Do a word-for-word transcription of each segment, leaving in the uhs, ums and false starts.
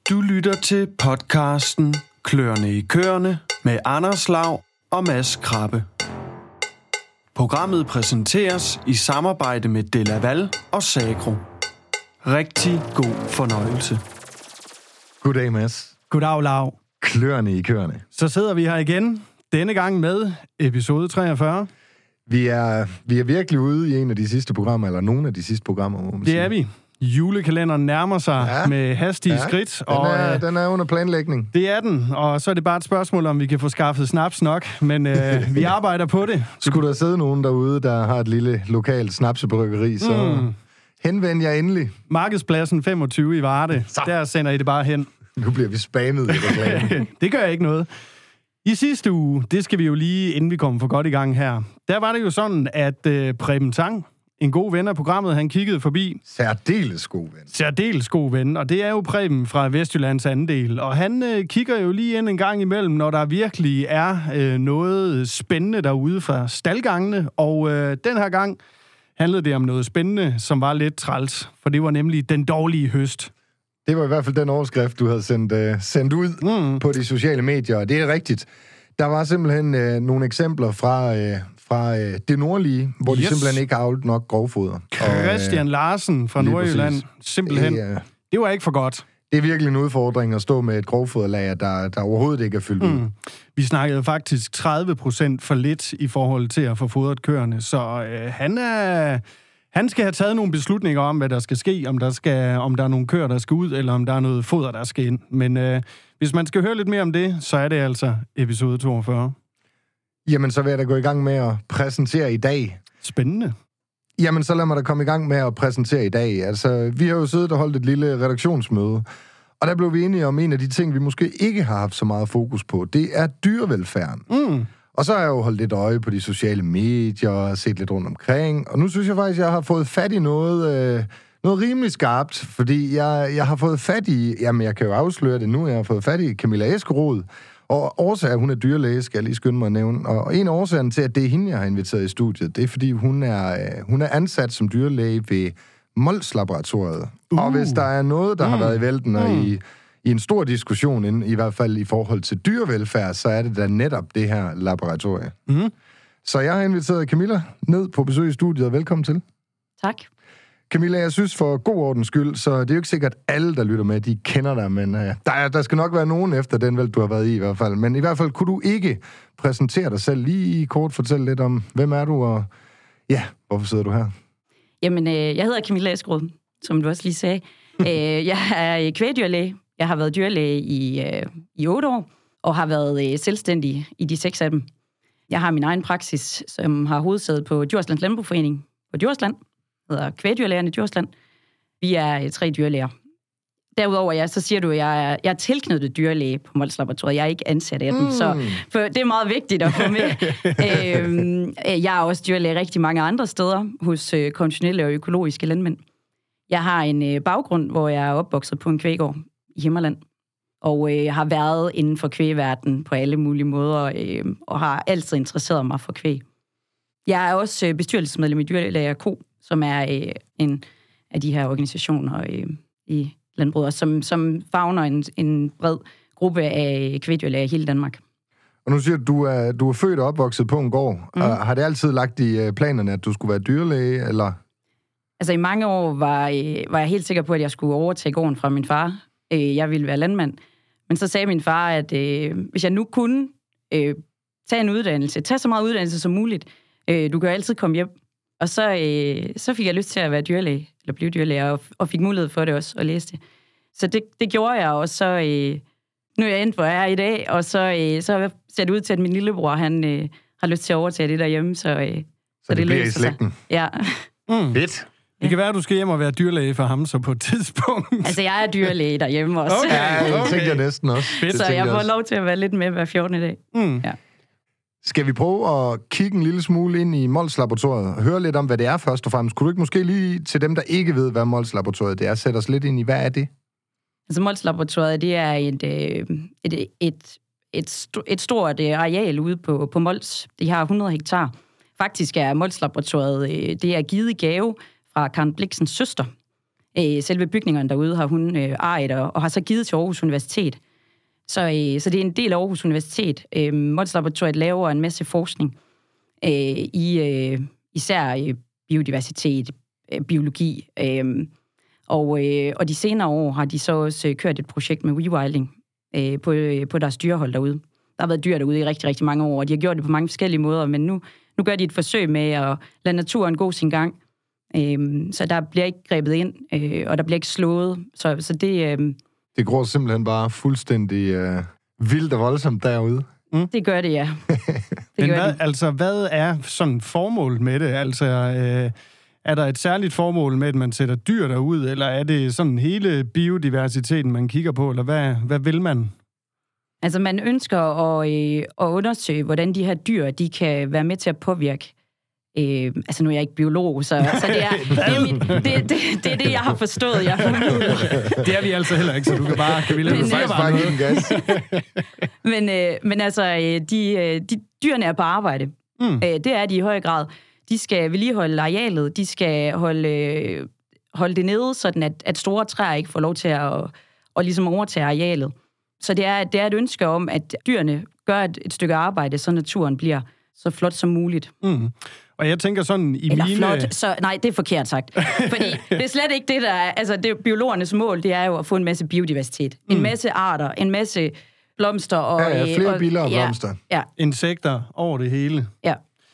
Du lytter til podcasten Kløerne i Køerne med Anders Lav og Mads Krabbe. Programmet præsenteres i samarbejde med Delaval og Sagro. Rigtig god fornøjelse. Goddag, Mads. Goddag, Lav. Kløerne i Køerne. Så sidder vi her igen, denne gang med episode treogfyrre. Vi er, vi er virkelig ude i en af de sidste programmer, eller nogle af de sidste programmer, må man Det sige. er vi. Julekalenderen nærmer sig ja. med hastige ja. skridt. Den er, og, den er under planlægning. Det er den, og så er det bare et spørgsmål, om vi kan få skaffet snaps nok, men øh, vi arbejder på det. Skulle der sidde nogen derude, der har et lille lokalt snapsebryggeri, så mm. henvend jer endelig. Markedspladsen femogtyve i Varde, så. Der sender I det bare hen. Nu bliver vi spanet i reklamen. Det gør ikke noget. I sidste uge, det skal vi jo lige, inden vi kommer for godt i gang her, der var det jo sådan, at øh, Preben Tang, en god ven af programmet, han kiggede forbi. Særdeles god ven. Særdeles god ven, og det er jo Preben fra Vestjyllands andel. Og han øh, kigger jo lige ind en gang imellem, når der virkelig er øh, noget spændende derude fra staldgangene. Og øh, den her gang handlede det om noget spændende, som var lidt træls. For det var nemlig den dårlige høst. Det var i hvert fald den overskrift, du havde sendt, øh, sendt ud mm. på de sociale medier. Og det er rigtigt. Der var simpelthen øh, nogle eksempler fra... Øh, fra øh, det nordlige, hvor yes. de simpelthen ikke har avlet nok grovfoder. Christian og, øh, Larsen fra Nordjylland, simpelthen, det, øh, det var ikke for godt. Det er virkelig en udfordring at stå med et grovfoderlager, der, der overhovedet ikke er fyldt ud. Mm. Vi snakkede faktisk tredive procent for lidt i forhold til at få fodret køerne, så øh, han er... Han skal have taget nogle beslutninger om, hvad der skal ske, om der, skal, om der er nogle køer, der skal ud, eller om der er noget foder, der skal ind. Men øh, hvis man skal høre lidt mere om det, så er det altså episode toogfyrre. Jamen, så vil jeg da gå i gang med at præsentere i dag. Spændende. Jamen, så lad mig da komme i gang med at præsentere i dag. Altså, vi har jo siddet og holdt et lille redaktionsmøde, og der blev vi enige om en af de ting, vi måske ikke har haft så meget fokus på. Det er dyrevelfærden. Mm. Og så har jeg jo holdt lidt øje på de sociale medier og set lidt rundt omkring, og nu synes jeg faktisk, jeg har fået fat i noget... Øh, Noget rimelig skarpt, fordi jeg, jeg har fået fat i... Jamen, jeg kan jo afsløre det nu. Jeg har fået fat i Camilla Eskerud. Og årsagen, hun er dyrlæge, skal jeg lige skynde mig at nævne. Og en af årsagen til, at det er hende, jeg har inviteret i studiet, det er, fordi hun er, hun er ansat som dyrlæge ved Mols Laboratoriet. Uh. Og hvis der er noget, der mm. har været i vælten, og mm. i, i en stor diskussion, inden, i hvert fald i forhold til dyrevelfærd, så er det da netop det her laboratorie. Mm. Så jeg har inviteret Camilla ned på besøg i studiet, og velkommen til. Tak. Camilla, jeg synes for god ordens skyld, så det er jo ikke sikkert, at alle, der lytter med, de kender dig, men uh, der, der skal nok være nogen efter den valg, du har været i i hvert fald. Men i hvert fald, kunne du ikke præsentere dig selv lige kort, fortælle lidt om, hvem er du, og ja, hvorfor sidder du her? Jamen, øh, jeg hedder Camilla Eskerud, som du også lige sagde. øh, jeg er kvægdyrlæge. Jeg har været dyrlæge i, øh, i otte år, og har været øh, selvstændig i de seks af dem. Jeg har min egen praksis, som har hovedsæde på Djurslands Landbrugforening på Djursland. Hedder Kvægdyrlægerne i Djursland. Vi er tre dyrlæger. Derudover, ja, så siger du, at jeg er, jeg er tilknyttet dyrlæge på Mols Laboratoriet. Jeg er ikke ansat af dem, mm. så for det er meget vigtigt at få med. øhm, jeg er også dyrlæge rigtig mange andre steder hos øh, konventionelle og økologiske landmænd. Jeg har en øh, baggrund, hvor jeg er opvokset på en kvæggård i Himmerland, og øh, har været inden for kvægverdenen på alle mulige måder, øh, og har altid interesseret mig for kvæg. Jeg er også øh, bestyrelsesmedlem i Dyrlæger og Co., som er øh, en af de her organisationer øh, i landbruget, som, som favner en, en bred gruppe af kvægdyrlæger i hele Danmark. Og nu siger du, du er, du er født og opvokset på en gård. Mm. Har det altid lagt i planerne, at du skulle være dyrlæge, eller? Altså i mange år var, øh, var jeg helt sikker på, at jeg skulle overtage gården fra min far. Øh, jeg ville være landmand. Men så sagde min far, at øh, hvis jeg nu kunne øh, tage en uddannelse, tage så meget uddannelse som muligt, øh, du kan jo altid komme hjem. Og så, øh, så fik jeg lyst til at være dyrlæge, eller blive dyrlæge, og, og fik mulighed for det også, at læse det. Så det, det gjorde jeg, og så øh, nu er jeg endt, hvor jeg er i dag, og så, øh, så ser det ud til, at min lillebror, han øh, har lyst til at overtage det derhjemme, så, øh, så, så det, det bliver i slægten. Sig. Ja. Mm. Fedt. Det kan være, at du skal hjem og være dyrlæge for ham, så på et tidspunkt. Altså, jeg er dyrlæge derhjemme også. Okay, okay. Ja, det tænkte jeg næsten også. Fedt. Så jeg får lov til at være lidt med hver fjortende dag. Mm. Ja. Skal vi prøve at kigge en lille smule ind i Mols Laboratoriet og høre lidt om, hvad det er først og fremmest? Kunne du ikke måske lige til dem, der ikke ved, hvad Mols Laboratoriet det er, sætte os lidt ind i, hvad er det? Altså Mols Laboratoriet, det er et, et, et, et, et, et stort areal ude på, på Mols. De har hundrede hektar. Faktisk er Mols Laboratoriet, det er givet i gave fra Karen Bliksens søster, Øh, selve bygningerne derude har hun øh, ejet og, og har så givet til Aarhus Universitet. Så, øh, så det er en del af Aarhus Universitet. Øh, Mols Laboratoriet laver en masse forskning øh, i øh, især øh, biodiversitet, øh, biologi. Øh, og, øh, og de senere år har de så også kørt et projekt med rewilding øh, på, øh, på deres dyrehold derude. Der har været dyr derude i rigtig, rigtig mange år, og de har gjort det på mange forskellige måder, men nu, nu gør de et forsøg med at lade naturen gå sin gang. Øh, så der bliver ikke grebet ind, øh, og der bliver ikke slået. Så, så det... Øh, Det går simpelthen bare fuldstændig øh, vildt og voldsomt derude. Mm. Det gør det, ja. Det Men gør hvad, det. altså, hvad er sådan formålet med det? Altså, øh, er der et særligt formål med, at man sætter dyr derud, eller er det sådan hele biodiversiteten, man kigger på, eller hvad, hvad vil man? Altså, man ønsker at, øh, at undersøge, hvordan de her dyr, de kan være med til at påvirke. Øh, altså, nu er jeg ikke biolog, så, så det, er, det, er mit, det, det, det er det, jeg har forstået, jeg har formidlet. Det er vi altså heller ikke, så du kan bare... Kan vi lade Men, du Faktisk bare give den gas. men, øh, men altså, de, de dyrene er på arbejde. Mm. Øh, det er de i høj grad. De skal vedligeholde arealet, de skal holde, øh, holde det nede, sådan at, at store træer ikke får lov til at og ligesom overtage arealet. Så det er, det er et ønske om, at dyrene gør et, et stykke arbejde, så naturen bliver så flot som muligt. Mm. Og jeg tænker sådan i Eller mine... flot, så nej, det er forkert sagt. Fordi det er slet ikke det, der er... Altså, det, biologernes mål, det er jo at få en masse biodiversitet. Mm. En masse arter, en masse blomster og... Ja, ja, flere biller og ja, blomster. Ja. Insekter over det hele. Ja.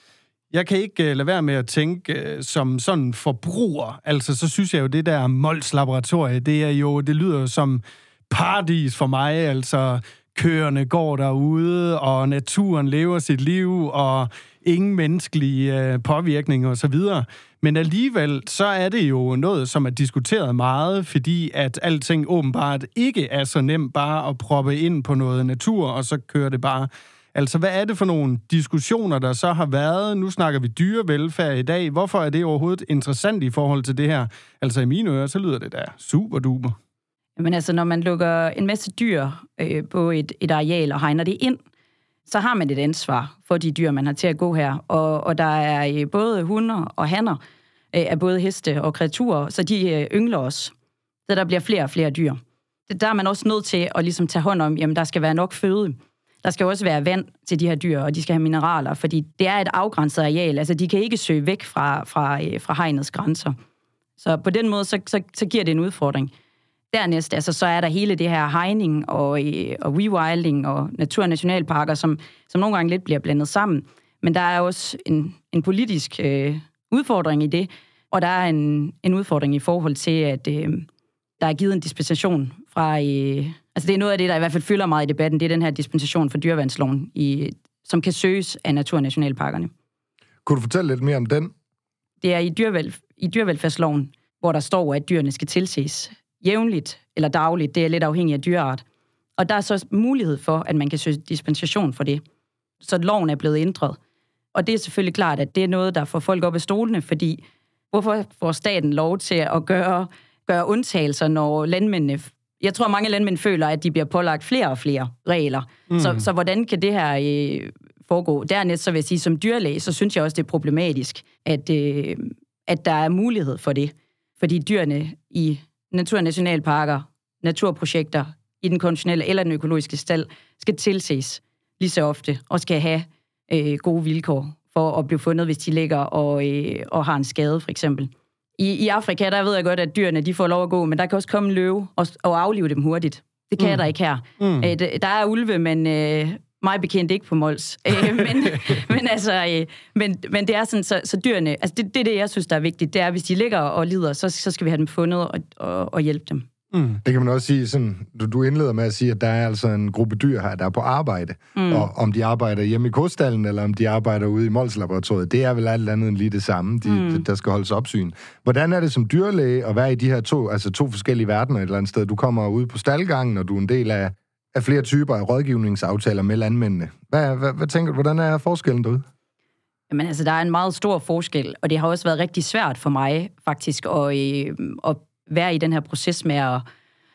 Jeg kan ikke uh, lade være med at tænke uh, som sådan forbruger. Altså, så synes jeg jo, det der Mols Laboratorie, det er jo... Det lyder jo som paradis for mig, altså... Køerne går derude, og naturen lever sit liv, og ingen menneskelige øh, påvirkninger osv. Men alligevel, så er det jo noget, som er diskuteret meget, fordi at alting åbenbart ikke er så nemt bare at proppe ind på noget natur, og så kører det bare. Altså, hvad er det for nogle diskussioner, der så har været? Nu snakker vi dyrevelfærd i dag. Hvorfor er det overhovedet interessant i forhold til det her? Altså, i mine ører, så lyder det da super duper. Men altså, når man lukker en masse dyr øh, på et, et areal og hegner det ind, så har man et ansvar for de dyr, man har til at gå her. Og, og der er øh, både hunder og hanner øh, af både heste og kreaturer, så de øh, yngler også. Så der bliver flere og flere dyr. Det, der er man også nødt til at ligesom tage hånd om, jamen der skal være nok føde. Der skal også være vand til de her dyr, og de skal have mineraler, fordi det er et afgrænset areal. Altså, de kan ikke søge væk fra, fra, øh, fra hegnets grænser. Så på den måde, så, så, så giver det en udfordring. Dernæst, altså, så er der hele det her hegning og, og rewilding og naturnationalparker, som, som nogle gange lidt bliver blandet sammen. Men der er også en, en politisk øh, udfordring i det, og der er en, en udfordring i forhold til, at øh, der er givet en dispensation fra... Øh, altså, det er noget af det, der i hvert fald fylder meget i debatten, det er den her dispensation for dyreværnsloven, i, som kan søges af naturnationalparkerne. Kunne du fortælle lidt mere om den? Det er i, dyrevel, i dyrevelfærdsloven, hvor der står, at dyrene skal tilses jævnligt eller dagligt, det er lidt afhængigt af dyreart. Og der er så mulighed for, at man kan søge dispensation for det. Så loven er blevet ændret. Og det er selvfølgelig klart, at det er noget, der får folk op af stolene, fordi hvorfor får staten lov til at gøre, gøre undtagelser, når landmændene... Jeg tror, mange landmænd føler, at de bliver pålagt flere og flere regler. Mm. Så, så hvordan kan det her øh, foregå? Dernæst så vil jeg sige, som dyrlæge, så synes jeg også, det er problematisk, at, øh, at der er mulighed for det. Fordi dyrene i naturnationalparker, naturprojekter i den konventionelle eller den økologiske stald, skal tilses lige så ofte, og skal have øh, gode vilkår for at blive fundet, hvis de ligger og, øh, og har en skade, for eksempel. I, I Afrika, der ved jeg godt, at dyrene de får lov at gå, men der kan også komme en løve og, og aflive dem hurtigt. Det kan mm. der ikke her. Mm. Øh, der er ulve, men øh, mig bekendt ikke på Mols. Øh, men, men, altså, øh, men, men det er sådan, så, så dyrene... Altså det, det er det, jeg synes, der er vigtigt. Det er, hvis de ligger og lider, så, så skal vi have dem fundet og, og, og hjælpe dem. Mm. Det kan man også sige, sådan, du, du indleder med at sige, at der er altså en gruppe dyr her, der er på arbejde. Mm. Og om de arbejder hjemme i kostallen, eller om de arbejder ude i Mols Laboratoriet, det er vel alt andet end lige det samme, de, mm. der skal holdes opsyn. Hvordan er det som dyrlæge at være i de her to, altså to forskellige verdener et eller andet sted? Du kommer ud på staldgangen, og du er en del af, af flere typer af rådgivningsaftaler med landmændene. Hvad, hvad, hvad tænker du, hvordan er forskellen derude? Jamen altså, der er en meget stor forskel, og det har også været rigtig svært for mig, faktisk, at, øh, at være i den her proces med at,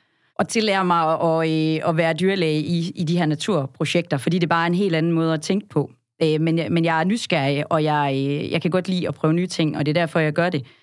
at tillære mig at, at være dyrlæge i, i de her naturprojekter, fordi det bare er en helt anden måde at tænke på. Men, men jeg er nysgerrig, og jeg, jeg kan godt lide at prøve nye ting, og det er derfor, jeg gør det.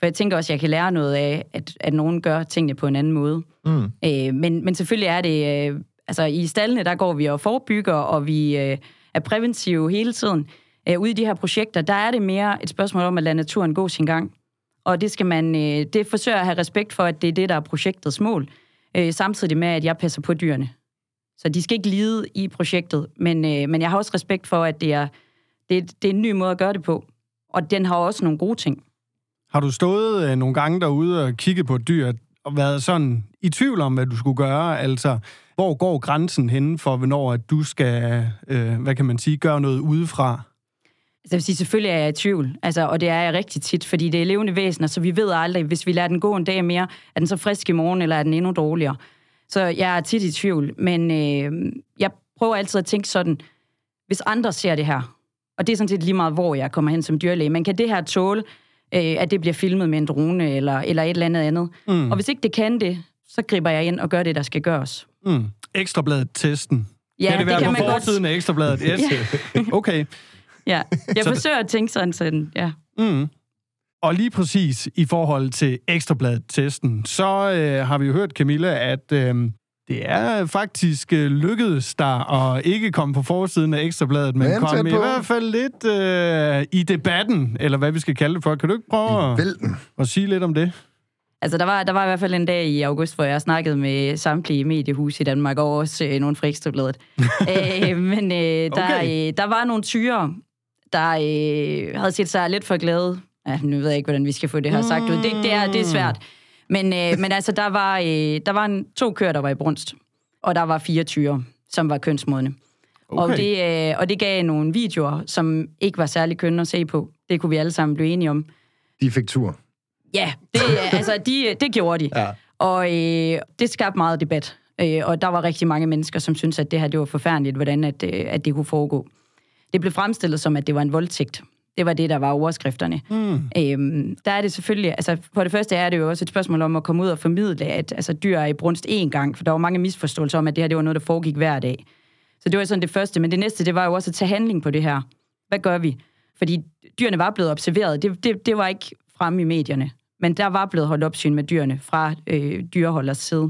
For jeg tænker også, at jeg kan lære noget af, at, at nogen gør tingene på en anden måde. Mm. Øh, men, men selvfølgelig er det... Øh, altså, i stallene, der går vi og forebygger, og vi øh, er præventive hele tiden. Øh, ude i de her projekter, der er det mere et spørgsmål om at lade naturen gå sin gang. Og det skal man... Øh, det forsøger at have respekt for, at det er det, der er projektets mål. Øh, samtidig med, at jeg passer på dyrene. Så de skal ikke lide i projektet. Men, øh, men jeg har også respekt for, at det er, det, det er en ny måde at gøre det på. Og den har også nogle gode ting. Har du stået øh, nogle gange derude og kigget på dyr og været sådan i tvivl om, hvad du skulle gøre? Altså, hvor går grænsen henne for, hvornår at du skal, øh, hvad kan man sige, gøre noget udefra? Altså, jeg vil sige, selvfølgelig er jeg i tvivl. Altså, og det er jeg rigtig tit, fordi det er levende væsener, så vi ved aldrig, hvis vi lader den gå en dag mere, er den så frisk i morgen, eller er den endnu dårligere? Så jeg er tit i tvivl, men øh, jeg prøver altid at tænke sådan, hvis andre ser det her, og det er sådan set lige meget, hvor jeg kommer hen som dyrlæge, men kan det her tåle, øh, at det bliver filmet med en drone, eller, eller et eller andet andet? Mm. Og hvis ikke det kan det, så griber jeg ind og gør det, der skal gøres. Mm. Ekstrabladet-testen. Ja, kan det være det kan på forsiden af Ekstrabladet? Yes. Ja. Okay. Ja, jeg forsøger at tænke sådan, sådan ja. Mm. Og lige præcis i forhold til Ekstrabladet-testen, så øh, har vi jo hørt, Camilla, at øh, det er faktisk øh, lykkedes der at ikke komme på forsiden af Ekstrabladet, men komme i hvert fald lidt øh, i debatten, eller hvad vi skal kalde det for. Kan du ikke prøve at, at sige lidt om det? Altså, der var, der var i hvert fald en dag i august, hvor jeg snakkede med samtlige mediehus i Danmark, og også øh, nogle fra Ekstrabladet. øh, men øh, der, okay. øh, der var nogle tyre, der øh, havde set sig lidt for glade. Ja, nu ved jeg ikke, hvordan vi skal få det her sagt ud. Det, det, er, det er svært. Men, øh, men altså, der var, øh, der var en, to køer, der var i brunst. Og der var fire tyre, som var kønsmodne. Okay. Og, det, øh, og det gav nogle videoer, som ikke var særlig kønne at se på. Det kunne vi alle sammen blive enige om. De fik tur. Ja, det, altså, de, det gjorde de. Ja. Og øh, det skabte meget debat. Øh, og der var rigtig mange mennesker, som syntes, at det her det var forfærdeligt, hvordan at, øh, at det kunne foregå. Det blev fremstillet som, at det var en voldtægt. Det var det, der var overskrifterne. Mm. Øhm, der er det selvfølgelig... Altså, for det første er det jo også et spørgsmål om at komme ud og formidle, at altså, dyr er i brunst én gang, for der var mange misforståelser om, at det her det var noget, der foregik hver dag. Så det var sådan det første. Men det næste, det var jo også at tage handling på det her. Hvad gør vi? Fordi dyrene var blevet observeret. Det, det, det var ikke fremme i medierne. Men der var blevet holdt opsyn med dyrene fra øh, dyreholders side.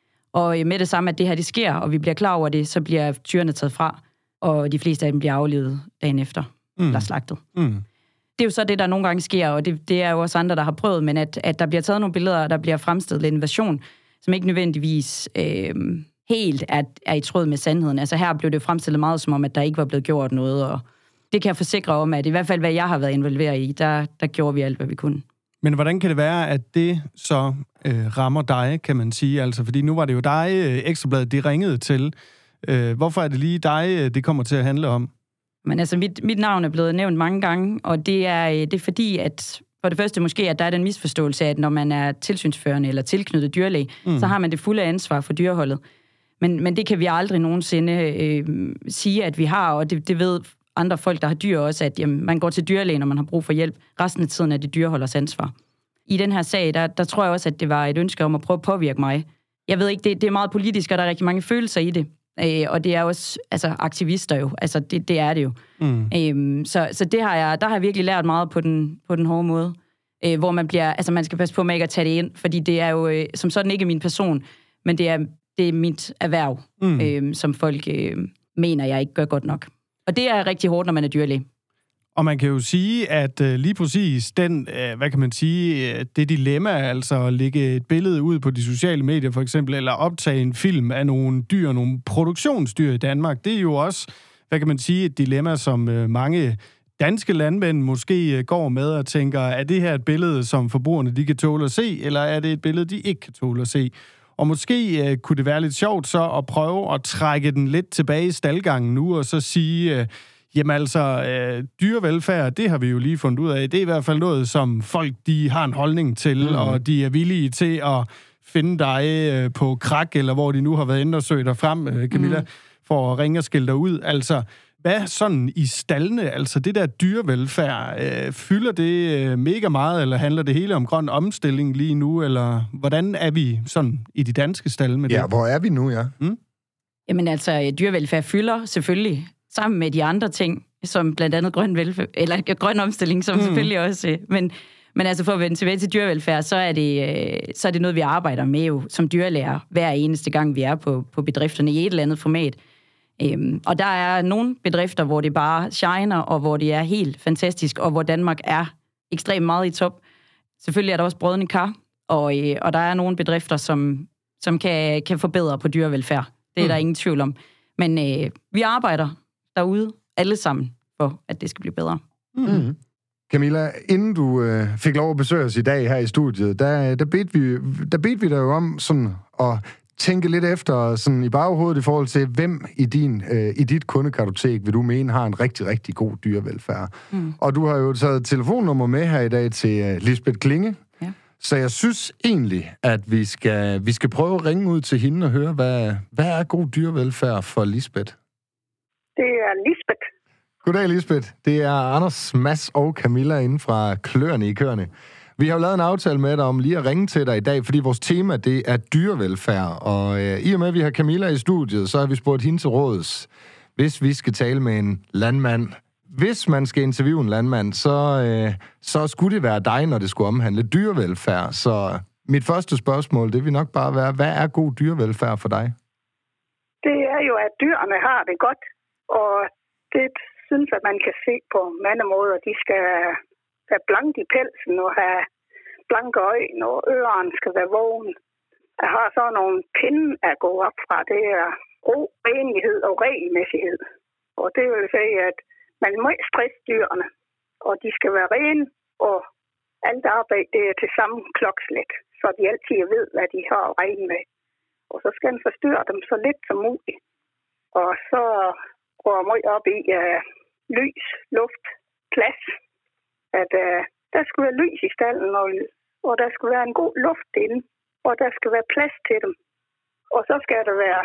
Og med det samme, at det her det sker, og vi bliver klar over det, så bliver dyrene taget fra, og de fleste af dem bliver aflivet dagen efter. Mm. Eller slagtet. Mm. Det er jo så det, der nogle gange sker, og det, det er jo også andre, der har prøvet, men at, at der bliver taget nogle billeder, og der bliver fremstillet en version, som ikke nødvendigvis øh, helt er, er i tråd med sandheden. Altså her blev det fremstillet meget som om, at der ikke var blevet gjort noget, og det kan jeg forsikre om, at i hvert fald, hvad jeg har været involveret i, der, der gjorde vi alt, hvad vi kunne. Men hvordan kan det være, at det så øh, rammer dig, kan man sige? Altså, fordi nu var det jo dig, øh, Ekstrabladet, de ringede til. Øh, hvorfor er det lige dig, det kommer til at handle om? Men altså, mit, mit navn er blevet nævnt mange gange, og det er, det er fordi, at for det første måske, at der er den misforståelse, at når man er tilsynsførende eller tilknyttet dyrlæge, mm. så har man det fulde ansvar for dyreholdet. Men, men det kan vi aldrig nogensinde øh, sige, at vi har, og det, det ved andre folk, der har dyr også, at jamen, man går til dyrlæge, når man har brug for hjælp. Resten af tiden er det dyreholders ansvar. I den her sag, der, der tror jeg også, at det var et ønske om at prøve at påvirke mig. Jeg ved ikke, det, det er meget politisk, og der er rigtig mange følelser i det. Øh, og det er også altså, aktivister jo. Altså, det, det er det jo. Mm. Øh, så så det har jeg, der har jeg virkelig lært meget på den, på den hårde måde. Øh, hvor man bliver, altså man skal passe på med ikke at tage det ind, fordi det er jo øh, som sådan ikke min person, men det er, det er mit erhverv, mm. øh, som folk øh, mener, jeg ikke gør godt nok. Og det er rigtig hårdt, når man er dyrlæge. Og man kan jo sige, at øh, lige præcis den, øh, hvad kan man sige, øh, det dilemma, altså at lægge et billede ud på de sociale medier for eksempel, eller optage en film af nogle dyr, nogle produktionsdyr i Danmark, det er jo også, hvad kan man sige, et dilemma, som øh, mange danske landmænd måske øh, går med og tænker, er det her et billede, som forbrugerne de kan tåle at se, eller er det et billede, de ikke kan tåle at se? Og måske øh, kunne det være lidt sjovt så at prøve at trække den lidt tilbage i staldgangen nu, og så sige... Øh, Jamen altså, øh, dyrevelfærd, det har vi jo lige fundet ud af. Det er i hvert fald noget, som folk de har en holdning til, mm. og de er villige til at finde dig øh, på Krak, eller hvor de nu har været inde og søge dig frem, øh, Camilla, mm. for at ringe og skille dig ud. Altså, hvad sådan i staldene, altså det der dyrevelfærd, øh, fylder det øh, mega meget, eller handler det hele om grøn omstilling lige nu, eller hvordan er vi sådan i de danske stalde med det? Ja, hvor er vi nu, ja? Mm? Jamen altså, dyrevelfærd fylder selvfølgelig sammen med de andre ting, som blandt andet grøn velfærd, eller grøn omstilling, som mm. selvfølgelig også. Men, Men altså for at vende tilbage til dyrevelfærd, så er det, øh, så er det noget, vi arbejder med jo som dyrlæger hver eneste gang, vi er på, på bedrifterne i et eller andet format. Øhm, og der er nogle bedrifter, hvor det bare shiner, og hvor det er helt fantastisk, og hvor Danmark er ekstremt meget i top. Selvfølgelig er der også brodne kar, og, øh, og der er nogle bedrifter, som, som kan, kan forbedre på dyrevelfærd. Det er mm. der ingen tvivl om. Men øh, vi arbejder derude alle sammen for, at det skal blive bedre. Mm. Camilla, inden du øh, fik lov at besøge os i dag her i studiet, der, der bedte vi, der bedte vi dig jo om sådan at tænke lidt efter sådan i baghovedet i forhold til, hvem i, din, øh, i dit kundekartotek vil du mene har en rigtig, rigtig god dyrevelfærd. Mm. Og du har jo taget telefonnummer med her i dag til øh, Lisbeth Klinge. Ja. Så jeg synes egentlig, at vi skal, vi skal prøve at ringe ud til hende og høre, hvad, hvad er god dyrevelfærd for Lisbeth? Det er Lisbeth. Goddag, Lisbeth. Det er Anders, Mads og Camilla inden fra Kløerne i Køerne. Vi har jo lavet en aftale med dig om lige at ringe til dig i dag, fordi vores tema, det er dyrevelfærd. Og øh, i og med, at vi har Camilla i studiet, så har vi spurgt hende til råds, hvis vi skal tale med en landmand. Hvis man skal interviewe en landmand, så, øh, så skulle det være dig, når det skulle omhandle dyrevelfærd. Så mit første spørgsmål, det vil nok bare være, hvad er god dyrevelfærd for dig? Det er jo, at dyrene har det godt, og det synes jeg, man kan se på mange måder. De skal være blanke i pelsen og have blanke øjne, og ørerne skal være vågen. Jeg har så nogle pinde at gå op fra. Det er ro, renlighed og regelmæssighed. Og det vil sige, at man må ikke stresse dyrene, og de skal være rene, og alt arbejde det er til samme klokslæt, så de altid ved, hvad de har at regne med. Og så skal man forstyrre dem så lidt som muligt. Og så går jeg meget op i uh, lys, luft, plads. At uh, der skal være lys i stallen, og, og der skal være en god luft inde, og der skal være plads til dem. Og så skal der være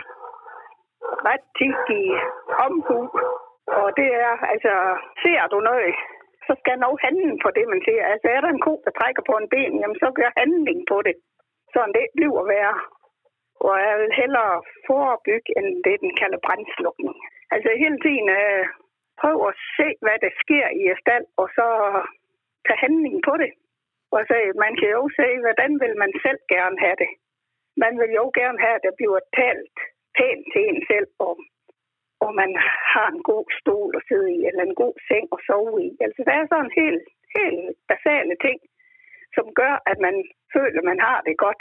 ret tit i omhu. Og det er, altså, ser du noget, så skal noget handling på det, man ser. Altså, er der en ko, der trækker på en ben, jamen så gør handling på det. Sådan det bliver værre. Og jeg vil hellere forebygge, end det, den kalder brandslukning. Altså hele tiden øh, prøv at se, hvad der sker i et stald, og så tage handling på det. Og så man kan jo se, hvordan vil man selv gerne have det. Man vil jo gerne have, at der bliver talt pænt til en selv, og, og man har en god stol at sidde i, eller en god seng at sove i. Altså der er sådan helt, helt basale ting, som gør, at man føler, at man har det godt.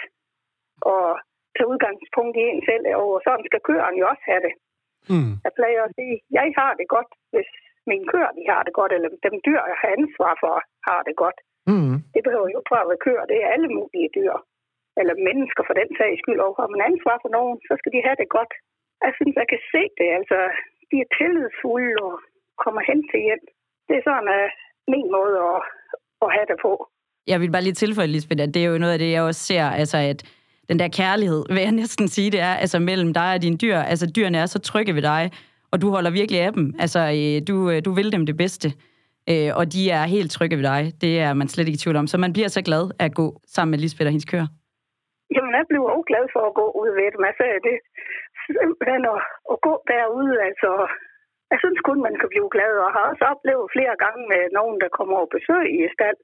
Og tage udgangspunkt i en selv, og sådan skal køerne jo også have det. Mm. Jeg plejer at sige, jeg har det godt, hvis mine køer de har det godt, eller dem dyr, jeg har ansvar for, har det godt. Mm. Det behøver jo bare at være køer, det er alle mulige dyr. Eller mennesker for den sags skyld, og har man ansvar for nogen, så skal de have det godt. Jeg synes, jeg kan se det, altså, de er tillidsfulde og kommer hen til hjem. Det er sådan uh, min måde at, at have det på. Jeg vil bare lige tilføje, Lisbeth, at det er jo noget af det, jeg også ser, altså at den der kærlighed, vil jeg næsten sige, det er, altså mellem dig og dine dyr. Altså dyrene er så trygge ved dig, og du holder virkelig af dem. Altså du, du vil dem det bedste, og de er helt trygge ved dig. Det er man slet ikke i tvivl om. Så man bliver så glad at gå sammen med Lisbeth og hendes køer. Jamen, jeg bliver også glad for at gå ud ved dem. Altså, det simpelthen at, at gå derude, altså, jeg synes kun, man kan blive glad, og har også oplevet flere gange med nogen, der kommer og besøger i stald.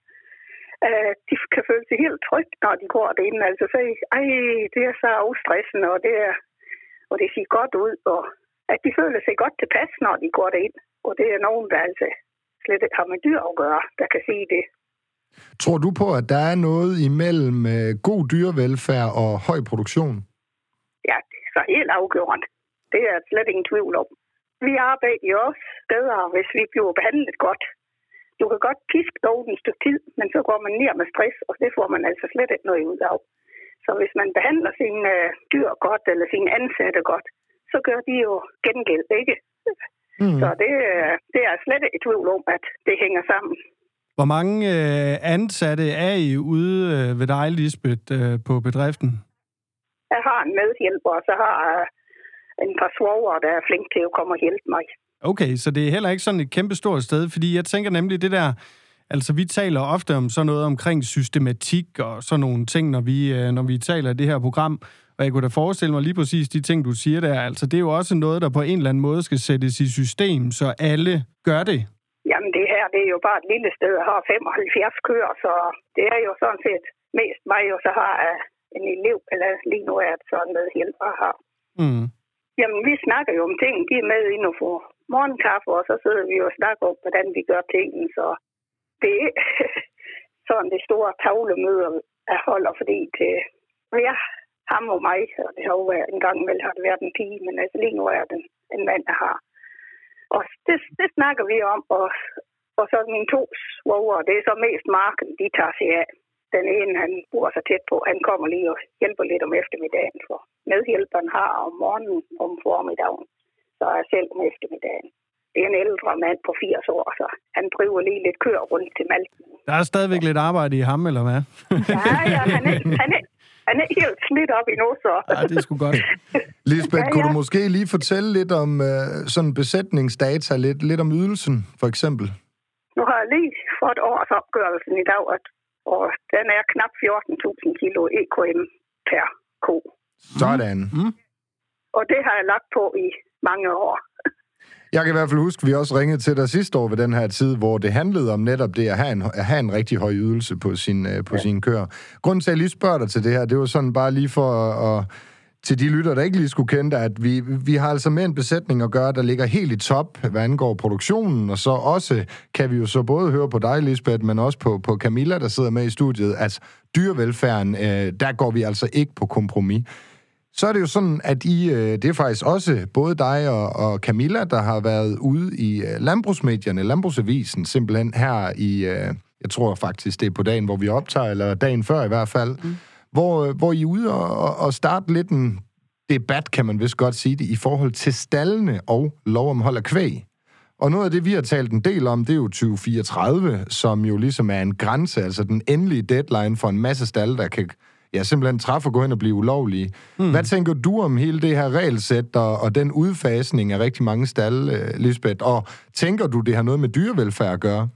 Uh, de kan føle sig helt trygge, når de går derinde. Altså, så ej, det er så afstressende, og det, er, og det ser godt ud, og at de føler sig godt tilpas, når de går derind. Og det er nogen, der altså slet ikke har med dyr at gøre, der kan sige det. Tror du på, at der er noget imellem god dyrevelfærd og høj produktion? Ja, det er så helt afgjort. Det er slet ingen tvivl om. Vi arbejder jo også bedre, hvis vi bliver behandlet godt. Du kan godt piske dog en stykke tid, men så går man ned med stress, og det får man altså slet ikke noget ud af. Så hvis man behandler sine øh, dyr godt, eller sine ansatte godt, så gør de jo gengæld, ikke? Mm. Så det, det er slet ikke i tvivl om, at det hænger sammen. Hvor mange øh, ansatte er I ude øh, ved dig, Lisbeth, øh, på bedriften? Jeg har en medhjælper, og så har jeg en par svoger, der er flink til at komme og hjælpe mig. Okay, så det er heller ikke sådan et kæmpestort sted, fordi jeg tænker nemlig det der, altså vi taler ofte om sådan noget omkring systematik og sådan nogle ting, når vi, når vi taler i det her program, og jeg kunne da forestille mig lige præcis de ting, du siger der, altså det er jo også noget, der på en eller anden måde skal sættes i system, så alle gør det. Jamen det her, det er jo bare et lille sted, og har femoghalvfjerds køer, så det er jo sådan set mest mig, og så har jeg en elev, eller lige nu er det sådan noget hjælper her. Mm. Jamen, vi snakker jo om ting, de er med ind og får morgenkaffe, og så sidder vi jo og snakker om, hvordan vi gør tingene, så det er sådan det store tavlemøder, jeg holder, fordi det ja, ham og mig, og det har jo været en gang vel har det været en pige, men altså lige nu er det en mand, jeg har. Og det, det snakker vi om, og, og så mine to svoger, det er så mest marken, de tager sig af. Den ene, han bor så tæt på, han kommer lige og hjælper lidt om eftermiddagen, for medhjælperen har om morgenen om formiddagen, så er jeg selv om eftermiddagen. Det er en ældre mand på firs år, så han driver lige lidt køer rundt til Malten. Der er stadigvæk lidt arbejde i ham, eller hvad? Ja, ja, han er, han er, han er helt slidt op endnu, så... Ja, det er sgu godt. Lisbeth, Ja, ja. kunne du måske lige fortælle lidt om øh, sådan besætningsdata, lidt, lidt om ydelsen, for eksempel? Nu har jeg lige fået årsopgørelsen i dag, at, og den er knap fjorten tusind kilo E K M per ko. Sådan. Mm. Og det har jeg lagt på i mange år. Jeg kan i hvert fald huske, at vi også ringede til dig sidste år ved den her tid, hvor det handlede om netop det at have en, at have en rigtig høj ydelse på sin, på ja. sine køer. Grunden til, at jeg lige spørger dig til det her, det var sådan bare lige for at, at til de lytter, der ikke lige skulle kende det, at vi, vi har altså med en besætning at gøre, der ligger helt i top, hvad angår produktionen, og så også kan vi jo så både høre på dig, Lisbeth, men også på, på Camilla, der sidder med i studiet, at dyrevelfærden, øh, der går vi altså ikke på kompromis. Så er det jo sådan, at I, det er faktisk også både dig og, og Camilla, der har været ude i landbrugsmedierne, Landbrugsavisen, simpelthen her i, jeg tror faktisk, det er på dagen, hvor vi optager, eller dagen før i hvert fald, mm. hvor, hvor I er ude og, og starte lidt en debat, kan man vist godt sige det, i forhold til staldene og lov om hold af kvæg. Og noget af det, vi har talt en del om, det er jo tyve fireogtredive, som jo ligesom er en grænse, altså den endelige deadline for en masse stalde, der kan ja, simpelthen træffe og gå hen og blive ulovlige. Mm. Hvad tænker du om hele det her regelsæt og, og den udfasning af rigtig mange stalde, Lisbeth? Og tænker du, det har noget med dyrevelfærd at gøre?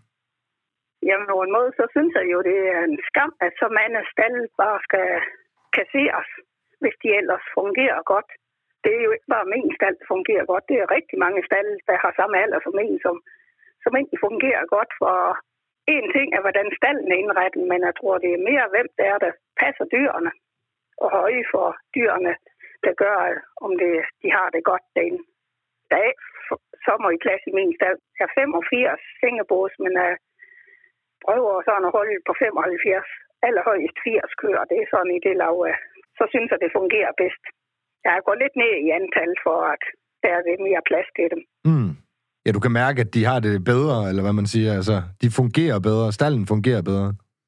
Jamen, på en måde, så synes jeg jo, det er en skam, at så mange stalde bare skal kasseres, hvis de ellers fungerer godt. Det er jo ikke bare min stald, der fungerer godt. Det er rigtig mange stalde, der har samme alder som en, som, som egentlig fungerer godt. For en ting er, hvordan stallen er indrettet, men jeg tror, det er mere, hvem det er, der passer dyrene og høje for dyrene, der gør, om det, de har det godt derinde. Der er sommer i klasse i min stald. Jeg er femogfirs sengebås, men jeg prøver sådan at holde på femoghalvfjerds. Allerhøjst firs køer, det er sådan i det lav. Så synes jeg, det fungerer bedst. Jeg går lidt ned i antal, for at der er lidt mere plads til dem. Mm. Ja, du kan mærke, at de har det bedre, eller hvad man siger. Altså, de fungerer bedre. Stallen fungerer bedre.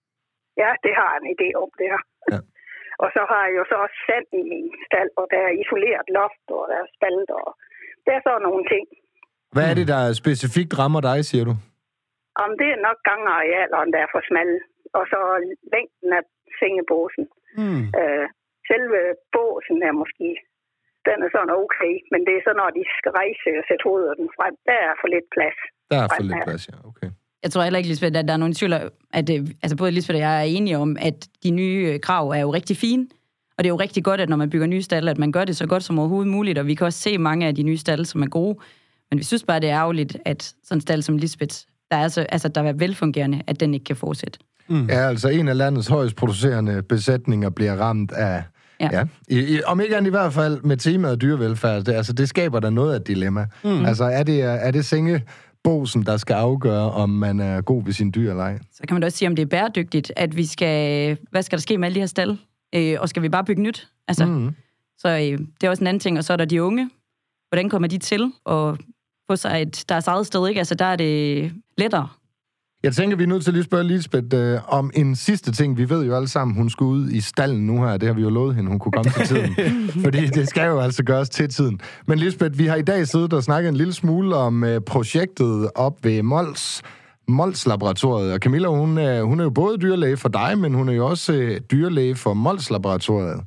Ja, det har jeg en idé om, det her. Ja. Og så har jeg jo så også sand i min stald, og der er isoleret loft, og der er spalt, og der er så nogle ting. Hvad er det, der specifikt rammer dig, siger du? Om det er nok gangarealeren, der er for smalle, og så længden af sengebåsen. Mm. Øh, selve båsen er måske, den er sådan okay, men det er så, når de skal rejse og sætte hovedet frem, der er for lidt plads. Der er for lidt plads, ja, okay. Jeg tror heller ikke, Lisbeth, at der er nogen tvivl, at altså både Lisbeth og jeg er enige om, at de nye krav er jo rigtig fine. Og det er jo rigtig godt, at når man bygger nye stalde, at man gør det så godt som overhovedet muligt. Og vi kan også se mange af de nye stalde, som er gode. Men vi synes bare, det er ærgerligt, at sådan en stald som Lisbeth, der er, så, altså, der er velfungerende, at den ikke kan fortsætte. Mm. Ja, altså en af landets højst producerende besætninger bliver ramt af, ja, ja i, i, om ikke andet i hvert fald med temaet dyrevelfærd. Det, altså, det skaber der noget af et dilemma. Mm. Altså, er det, er det senge... Bosen, der skal afgøre, om man er god ved sin dyr eller ej. Så kan man da også sige, om det er bæredygtigt, at vi skal... Hvad skal der ske med alle de her stalde? Øh, og skal vi bare bygge nyt? Altså, mm. Så øh, det er også en anden ting. Og så er der de unge. Hvordan kommer de til at få sig et deres eget sted, ikke? Altså, der er det lettere. Jeg tænker, vi er nødt til lige at spørge Lisbeth øh, om en sidste ting. Vi ved jo alle sammen, hun skal ud i stallen nu her. Det har vi jo lovet hende, hun kunne komme til tiden. Fordi det skal jo altså gøres til tiden. Men Lisbeth, vi har i dag siddet og snakket en lille smule om øh, projektet op ved Mols, Mols Laboratoriet. Og Camilla, hun, øh, hun er jo både dyrlæge for dig, men hun er jo også øh, dyrlæge for Mols Laboratoriet.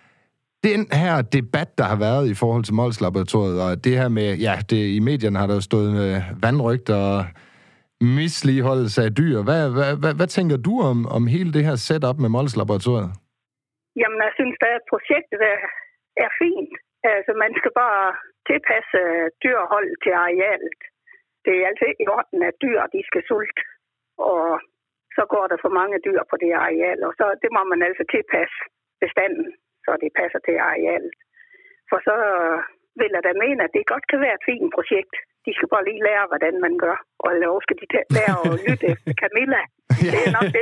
Den her debat, der har været i forhold til Mols Laboratoriet, og det her med, ja, det, i medierne har der jo stået øh, vandrygter og misligeholdelse af dyr. Hvad, hvad, hvad, hvad tænker du om, om hele det her setup med Mols Laboratoriet? Jamen, jeg synes, at projektet er, er fint. Altså, man skal bare tilpasse dyrhold til arealet. det er altså ikke i orden, at dyr de skal sulte, og så går der for mange dyr på det areal, og så det må man altså tilpasse bestanden, så det passer til arealet. For så vil jeg da mene, at det godt kan være et fint projekt. De skal bare lige lære, hvordan man gør. Og eller skal de lære at lytte Camilla. Det er nok det.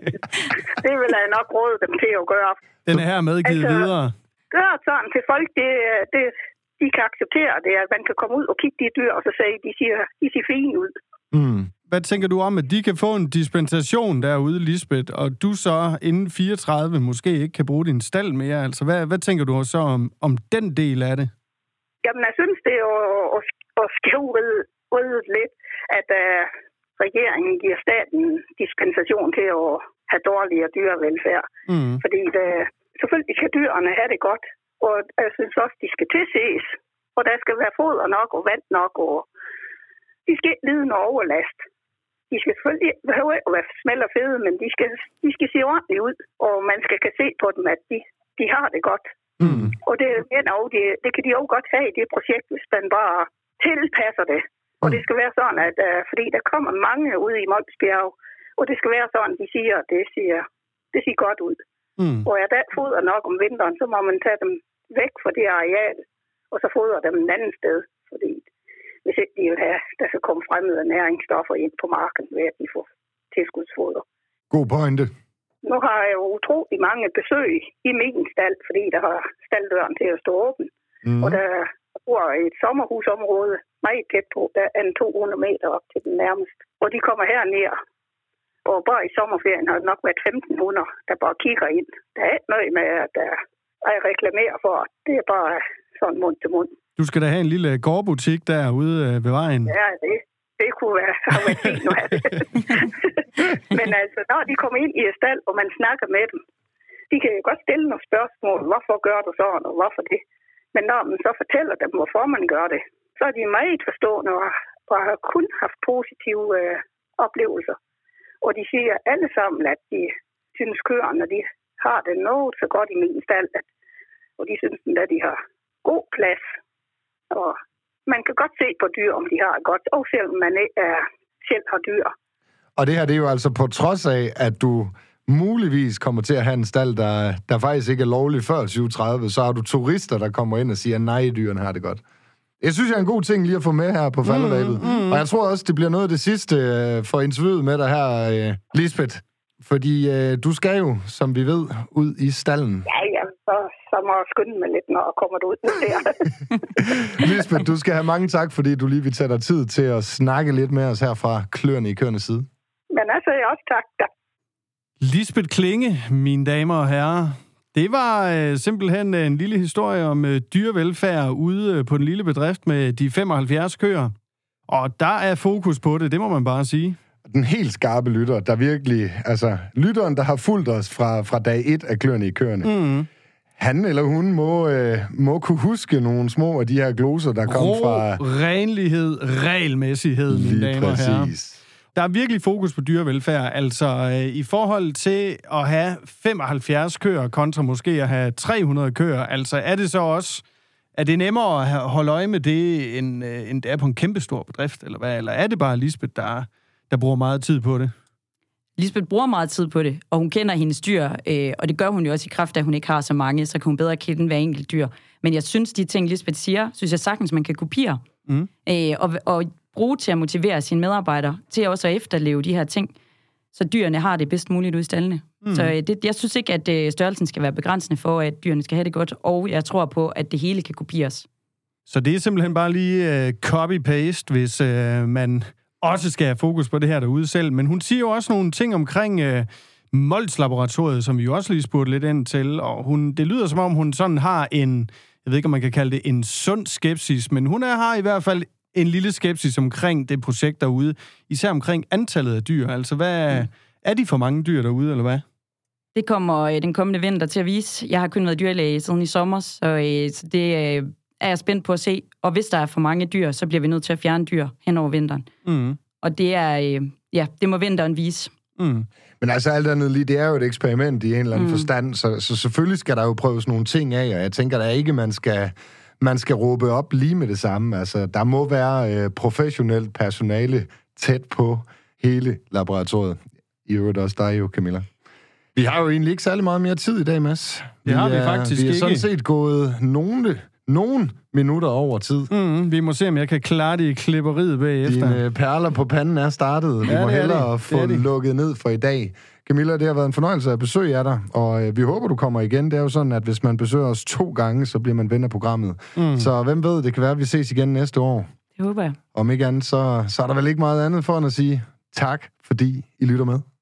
Det vil jeg nok råde dem til at gøre. Den er her medgivet altså, videre. Gør sådan til folk, det, det, de kan acceptere det, at man kan komme ud og kigge de dyr, og så sige, de siger, de ser fine ud. Mm. Hvad tænker du om, at de kan få en dispensation derude, Lisbeth, og du så inden fireogtredive måske ikke kan bruge din stald mere? Altså, hvad, hvad tænker du så om, om den del af det? Jamen, jeg synes, det er at, at, at skævride lidt, at uh, regeringen giver staten dispensation til at have dårligere dyrevelfærd. Mm. Fordi det, selvfølgelig skal dyrene have det godt, og jeg synes også, de skal tilses, og der skal være foder nok og vand nok, og de skal ikke lide noget overlast. De skal selvfølgelig behøve ikke at være smalle og fede, men de skal, de skal se ordentligt ud, og man skal kan se på dem, at de, de har det godt. Mm. Og det, det, det kan de jo godt have i det projekt, hvis man bare tilpasser det. Mm. Og det skal være sådan, at uh, fordi der kommer mange ud i Molsbjerg, og det skal være sådan, de siger, at det ser, det ser godt ud. Mm. Og er der foder nok om vinteren, så må man tage dem væk fra det areal, og så fodre dem et andet sted. Fordi hvis ikke de vil have, der skal komme fremmede næringsstoffer ind på marken, ved at de får tilskudsfoder. God pointe. Nu har jeg jo utrolig mange besøg i min stald, fordi der har stalddøren til at stå åben. Mm. Og der bor et sommerhusområde meget tæt på, der er to hundrede meter op til den nærmeste. Og de kommer herned, og bare i sommerferien har det nok været femten hundrede, der bare kigger ind. Der er ikke noget med, at jeg reklamerer for, det er bare sådan mund til mund. Du skal da have en lille gårdbutik derude ved vejen. Ja, det, det kunne være, have været fint nu af det. Men altså, når de kommer ind i et stald, og man snakker med dem, de kan jo godt stille nogle spørgsmål. Hvorfor gør du sådan, og hvorfor det? Men når man så fortæller dem, hvorfor man gør det, så er de meget forstående og, og har kun haft positive øh, oplevelser. Og de siger alle sammen, at de synes køerne, de har det noget så godt i min stald, at, og de synes, at de har god plads. Og man kan godt se på dyr, om de har det godt, og selvom man ikke er, selv har dyr. Og det her, det er jo altså på trods af, at du muligvis kommer til at have en stald, der, der faktisk ikke er lovlig før tyve tredive, så har du turister, der kommer ind og siger, nej, dyrene har det godt. Jeg synes, jeg er en god ting lige at få med her på falderæbet. Mm, mm. Og jeg tror også, det bliver noget af det sidste for interviewet med dig her, Lisbeth. Fordi øh, du skal jo, som vi ved, ud i stallen. Ja, ja, så, så må jeg skynde mig lidt, når jeg kommer ud der. Lisbeth, du skal have mange tak, fordi du lige vil tage dig tid til at snakke lidt med os her fra Kløerne i Køernes side. Men altså, jeg også tak dig. Lisbeth Klinge, mine damer og herrer. Det var øh, simpelthen en lille historie om øh, dyrevelfærd ude på den lille bedrift med de femoghalvfjerds køer. Og der er fokus på det, det må man bare sige. Den helt skarpe lytter, der virkelig, altså lytteren, der har fulgt os fra, fra dag et af Kløerne i Køerne. Mm. Han eller hun må, øh, må kunne huske nogle små af de her gloser, der kom Rå, fra... renlighed, regelmæssighed, mine lige damer og herrer. præcis. Der er virkelig fokus på dyrevelfærd, altså øh, i forhold til at have femoghalvfjerds køer kontra måske at have tre hundrede køer, altså er det så også, er det nemmere at holde øje med det, end, øh, end det er på en kæmpestor bedrift, eller hvad? Eller er det bare Lisbeth, der, der bruger meget tid på det? Lisbeth bruger meget tid på det, og hun kender hendes dyr, øh, og det gør hun jo også i kraft af, at hun ikke har så mange, så kan hun bedre kende hver enkelt dyr. Men jeg synes, de ting, Lisbeth siger, synes jeg sagtens, man kan kopiere. Mm. Øh, og, og bruge til at motivere sine medarbejdere til også at efterleve de her ting, så dyrene har det bedst muligt ude i staldene. Mm. Så det, jeg synes ikke, at størrelsen skal være begrænsende for, at dyrene skal have det godt, og jeg tror på, at det hele kan kopieres. Så det er simpelthen bare lige uh, copy-paste, hvis uh, man også skal have fokus på det her derude selv. Men hun siger jo også nogle ting omkring uh, Mols-laboratoriet, som vi jo også lige spurgte lidt ind til, og hun, det lyder som om, hun sådan har en, jeg ved ikke, om man kan kalde det en sund skepsis, men hun er, har i hvert fald en lille skepsis omkring det projekt derude, især omkring antallet af dyr. Altså, hvad mm. er de for mange dyr derude, eller hvad? Det kommer den kommende vinter til at vise. Jeg har kun været dyrlæge siden i sommer, så, øh, så det øh, er jeg spændt på at se. Og hvis der er for mange dyr, så bliver vi nødt til at fjerne dyr hen over vinteren. Mm. Og det er, øh, ja, det må vinteren vise. Mm. Men altså alt andet lige, det er jo et eksperiment i en eller anden mm. forstand, så, så selvfølgelig skal der jo prøves nogle ting af, og jeg tænker da ikke, man skal... man skal råbe op lige med det samme. Altså, der må være øh, professionelt personale tæt på hele laboratoriet. I øvrigt også dig jo, Camilla. Vi har jo egentlig ikke særlig meget mere tid i dag, Mads. Det har vi er, faktisk Vi er ikke. sådan set gået nogle, nogle minutter over tid. Mm, vi må se, om jeg kan klare det i klipperiet bagefter. Dine perler på panden er startet. Vi Ja, må det er hellere det. få Det er det. lukket ned for i dag. Camilla, det har været en fornøjelse at besøge af dig, og øh, vi håber, du kommer igen. Det er jo sådan, at hvis man besøger os to gange, så bliver man ven af programmet. Mm. Så hvem ved, det kan være, at vi ses igen næste år. Det håber jeg. Om ikke andet, så, så er der vel ikke meget andet for end at sige tak, fordi I lytter med.